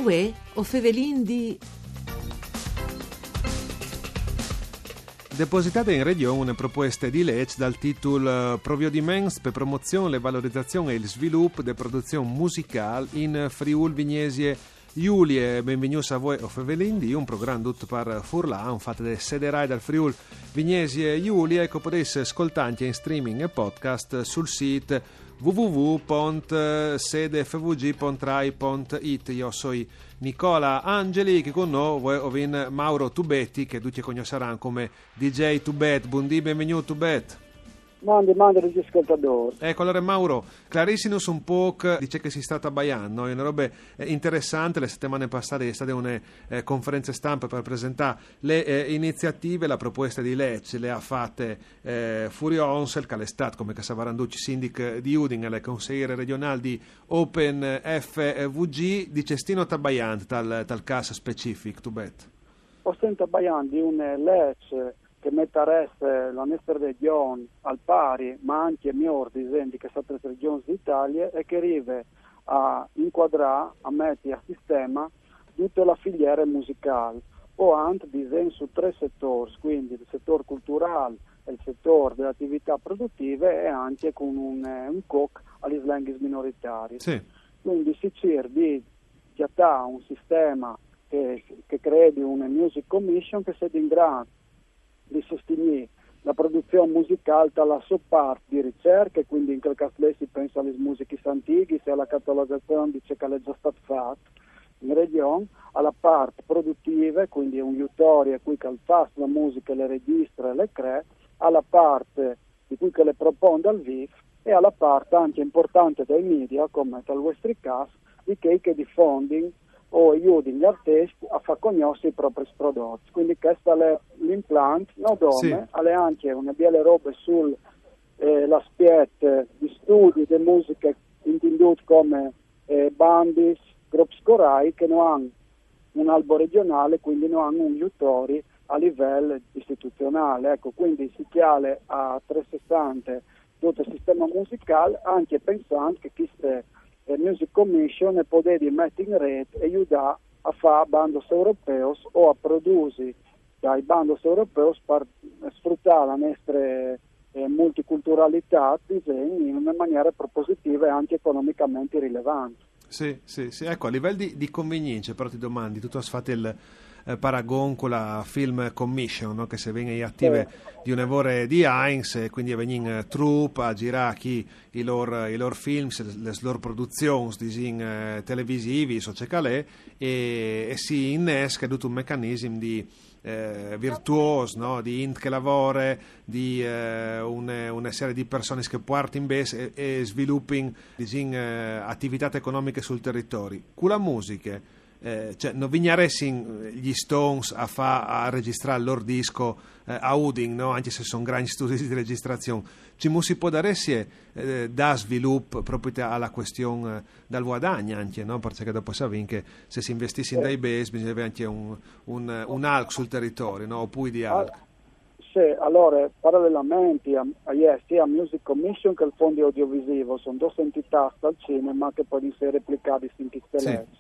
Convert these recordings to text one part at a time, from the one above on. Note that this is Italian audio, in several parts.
Uè, o Fevelin di... Depositate in regione proposte di legge dal titolo Provvediments per promozione, la valorizzazione e il sviluppo della produzione musicale in Friuli Vignesie Giulie. Benvenuti a voi o Fevelindi, un programma tutto per Furlan, fatto da sederai dal Friuli Vignesie Giulie, che potete ascoltare anche in streaming e podcast sul sito www.sedefvg.rai.it. Io sono Nicola Angeli, che con noi ovin Mauro Tubetti, che tutti conosceranno come DJ Tubet. Buondì, benvenuto Tubet. Mandi agli ascoltatori. Ecco, allora Mauro, clarissimus un po' dice che si sta baiando, è una roba interessante. Le settimane passate è stata una conferenza stampa per presentare le iniziative, la proposta di legge le ha fatte Furio Onsel, che è stato come Casavaranducci sindic di Udine, le consigliere regionali di Open FVG, di Cestino Tabaiant, tal caso specifico, Tubet. Ho sentito baiando di un legge che metteresse la nostra regione al pari, ma anche miglior disegni che altre regioni d'Italia, e che arriva a inquadrare, a mettere a sistema tutta la filiera musicale, o anche disegni su tre settori, quindi il settore culturale, il settore delle attività produttive e anche con un COC agli slang minoritari. Sì. Quindi si cerca di chiattare un sistema che credi una music commission che sia in grado di sostenere la produzione musicale dalla sua parte di ricerca, e quindi in quel caso lei si pensa alle musiche antiche, se alla catalogazione dice che è già stato fatto in regione, alla parte produttiva, quindi un autore a cui che fa la musica, le registra e le crea, alla parte di cui che le propone dal vivo, e alla parte anche importante dei media, come dal vostro caso, di che diffondono o aiutano gli artisti a far conoscere i propri prodotti. Quindi questo è l'impianto, no dome, sì. ha anche una bella roba sull'aspetto di studi di musica intendute come bandis, gruppi corai, che non hanno un albo regionale, quindi non hanno un aiutori a livello istituzionale. Ecco, quindi si chiale a 360 tutto il sistema musicale, anche pensando che queste Music Commission e poter mettere in rete e aiutare a fare bandos europei o a produrre dai bandos europei per sfruttare la nostra multiculturalità in una maniera propositiva e anche economicamente rilevante. Sì. Ecco, a livello di convenienza, però ti domandi, tu hai fatto il paragon con la Film Commission, no? Che se viene attive di un lavoro di Heinz, e quindi vengono troupe a girare i loro film, le loro produzioni televisivi, e si innesca tutto un meccanismo di virtuoso, no? Di int che lavora, di una serie di persone che portano in base e sviluppano attività economiche sul territorio. Con la musica, cioè non vignaressin gli Stones a registrare il loro disco a Udine, no? Anche se sono grandi studi di registrazione, ci si può dare da sviluppo proprio alla questione dal guadagno anche, no? Perché dopo sapete che se si investisse in dei base bisogna avere anche un ALC sul territorio, no? Oppure di ALC. Sì, allora parallelamente sia a Music Commission che il Fondo Audiovisivo sono due entità al cinema che poi essere replicate in queste leggi.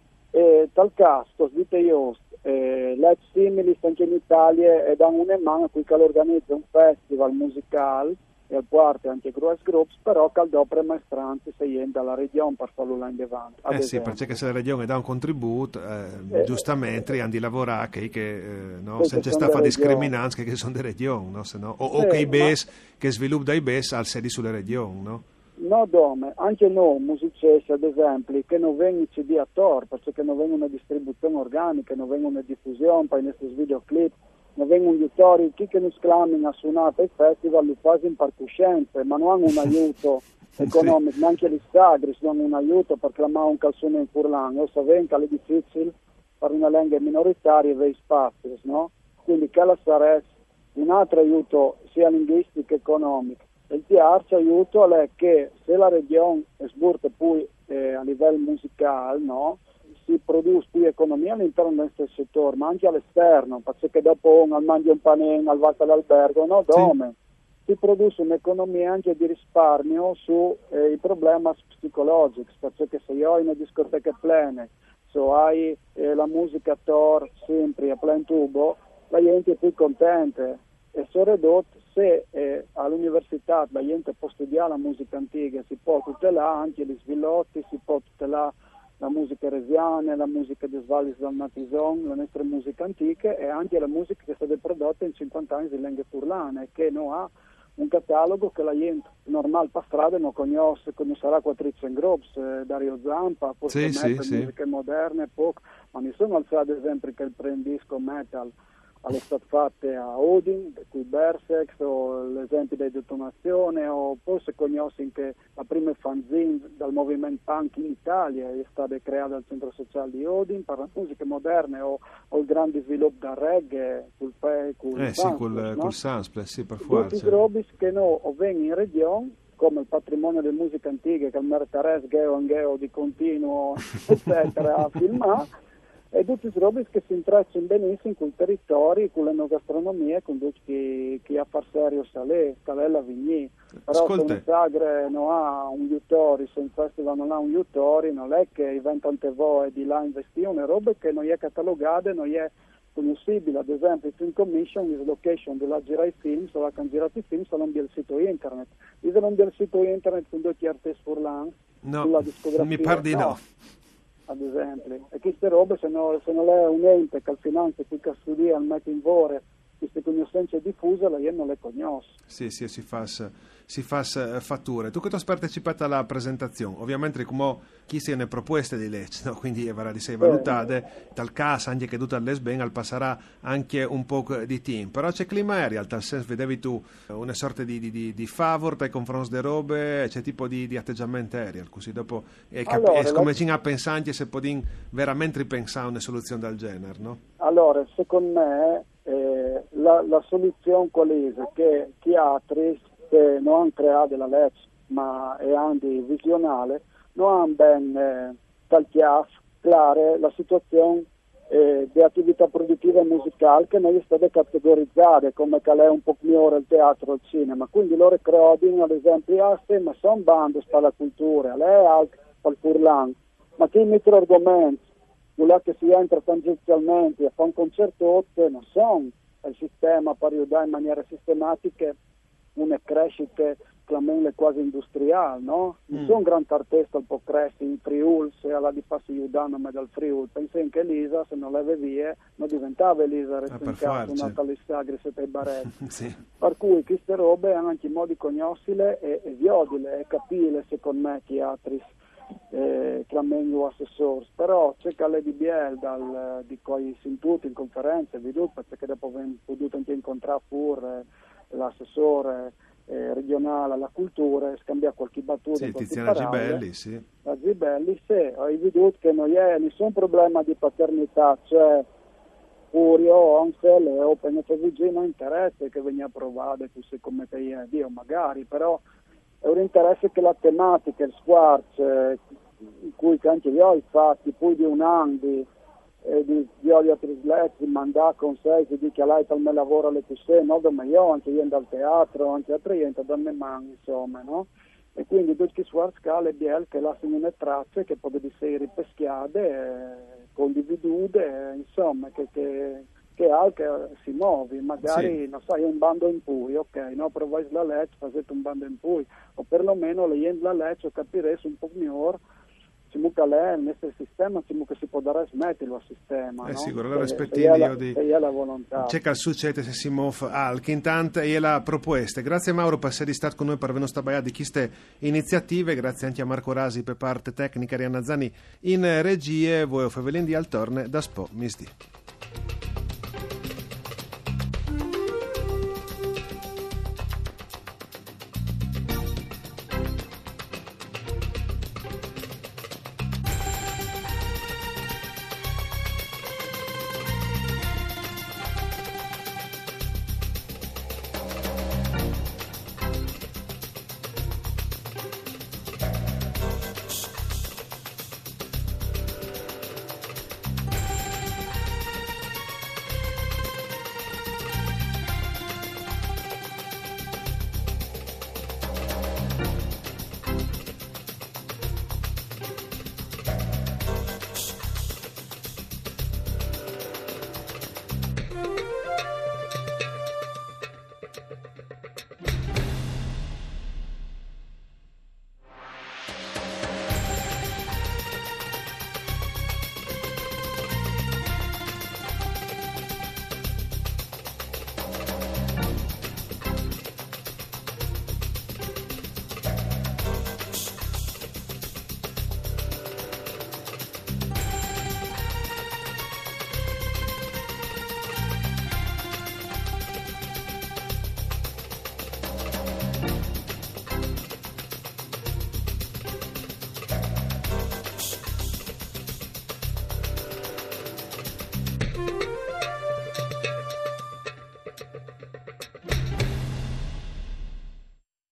E tal caso, dite io, leggi simili anche in Italia e danno una mano a cui che organizza un festival musicale e al parte anche Grues Groups, però che dopo è maestranza se viene dalla regione per farlo là in avanti. Sì, perché se la regione dà un contributo, giustamente hanno di lavorare che no? Senza sta fa discriminanza che sono delle regioni, no? O che i BES che sviluppano i BES al sedi sulle regioni, no? No, dome, anche noi musicisti ad esempio che non vengono CD a tor, perché non vengono una distribuzione organica, non vengono una diffusione per i nostri videoclip, non vengono gli autori che non sclamano a suonare ai festival, li fanno in percuscenze, ma non hanno un aiuto economico, neanche gli sagri non hanno un aiuto per clamare un calzone in Furlan, o sapete che è difficile per una lingua minoritaria avere spazi, no? Quindi che sarebbe un altro aiuto sia linguistico che economico. Il terzo aiuto è che se la regione sburta poi a livello musicale, no, si produce più economia all'interno del stesso settore, ma anche all'esterno, perché dopo al mangia un panino, al valta l'albergo, no, dove si produce un'economia anche di risparmio sui problemi psicologici, perché se io ho una discoteca plena, o hai la musica Thor sempre a plan tubo, la gente è più contenta. E soprattutto se all'università la gente può studiare la musica antica, si può tutelare anche gli sviluppi, si può tutelare la musica resiana, la musica di Svallis dal Natison, la nostra musica antica e anche la musica che è stata prodotta in 50 anni di lingue furlane, che non ha un catalogo che la gente normale per strada non conoscerà Quattrizio in Grobs, Dario Zampa, forse musiche moderne, poco, ma mi sono alzato ad esempio che il prendisco metal alle state fatte a Odin, qui Berserk, o l'esempio di detonazione, o forse conosci che la prima fanzine dal movimento punk in Italia è stata creata al centro sociale di Odin per la musica moderne, o il grande sviluppo del reggae, col Sunsplat, sì, per forza. Tutti i robi che o vengono in regione, come il patrimonio della musica antica, che il Mertares, Geo di continuo, eccetera, a filmare, e tutti i robi che si intrecciano benissimo con i territori, con le gastronomie, con tutti chi ha far serio salè, Scalella Vigny. Però se un Sagre non ha un Iutori, se un festival non ha un Iutori, non è che diventa tante volte di là investizione, robe che non è catalogate, non è conoscibile. Ad esempio il Film Commission is location della gira i film, se la girati i film sono il sito internet. Se non il sito internet con tutti gli artisti furlan, sulla discografia. Mi par di no. Ad esempio, e queste robe se non è un ente che al finanzia, qui che studia, al mette in vore, queste conoscenze diffuse, la io non le conosco. Sì, si fa fatture. Tu che ti hai partecipato alla presentazione, ovviamente come chi se ne proposte di legge, no? Quindi avrà di sei valutate, tal caso anche che tutta all'esben passerà anche un po' di team, però c'è clima aereo, tal senso vedevi tu una sorta di favor nei confronti delle robe, c'è tipo di atteggiamento aereo, così dopo come ci ha pensato se puoi veramente ripensare a una soluzione del genere, no? Allora, secondo me la soluzione qual è? Che chi altri che non hanno creato la legge ma è anche visionale non hanno ben calchiato chiaro la situazione di attività produttive musicali che non è stata categorizzata come che è un po' migliore il teatro o il cinema, quindi loro creano ad esempio ma sono bande per la cultura, lei è anche per il furlan, ma che mette argomenti là che si entra tangenzialmente a fare un concerto non sono il sistema per aiutare in maniera sistematica una crescita quasi industriale, no? Non sono un grande artista un po' cresci in Friuli, se alla di passi aiutando me dal Friuli, pensi che Elisa se non leve via non diventava Elisa restrincato una talissagri sette baretti. Sì. Per cui queste robe hanno anche modi conoscile e viodile e capire secondo me chi altri meglio assessori, però c'è che le DBL di cui si tutti in conferenze perché dopo abbiamo potuto anche incontrare pure l'assessore regionale alla cultura e scambiare qualche battuta, sì, Tiziana Gibelli, sì. La Gibelli, sì, hai veduto che non è nessun problema di paternità, cioè Furio, Ansel e Open FVG non interessa che venga approvato così come te è Dio magari, però è un interesse che la tematica, il squarcio, in cui anche io ho fatti, poi di un anno di Olio Trisletti, mandato con sé, si dice che lei per me lavora alle cose, no, ma io anche io dal teatro, anche altre gente, da me man, insomma, no? E quindi tutti i squarci BL che lasciano le tracce, che possono essere ripeschiate, condividute, insomma, che anche si muove, magari sì. non sai un bando in Puglia, ok, no, provai la legge, fate un bando in Puglia, o perlomeno leggendo la legge capiresti un po' migliore che lei nel nostro sistema che si può dare smetterlo al sistema, no? Sicuro, la rispettivo di la volontà. C'è che succede se si muove che intanto è la proposta. Grazie Mauro per essere stato con noi per aver stato di queste iniziative, grazie anche a Marco Rasi per parte tecnica, Arianna Zani in regie, voi Fevelin di Altorne da Spo Misdi.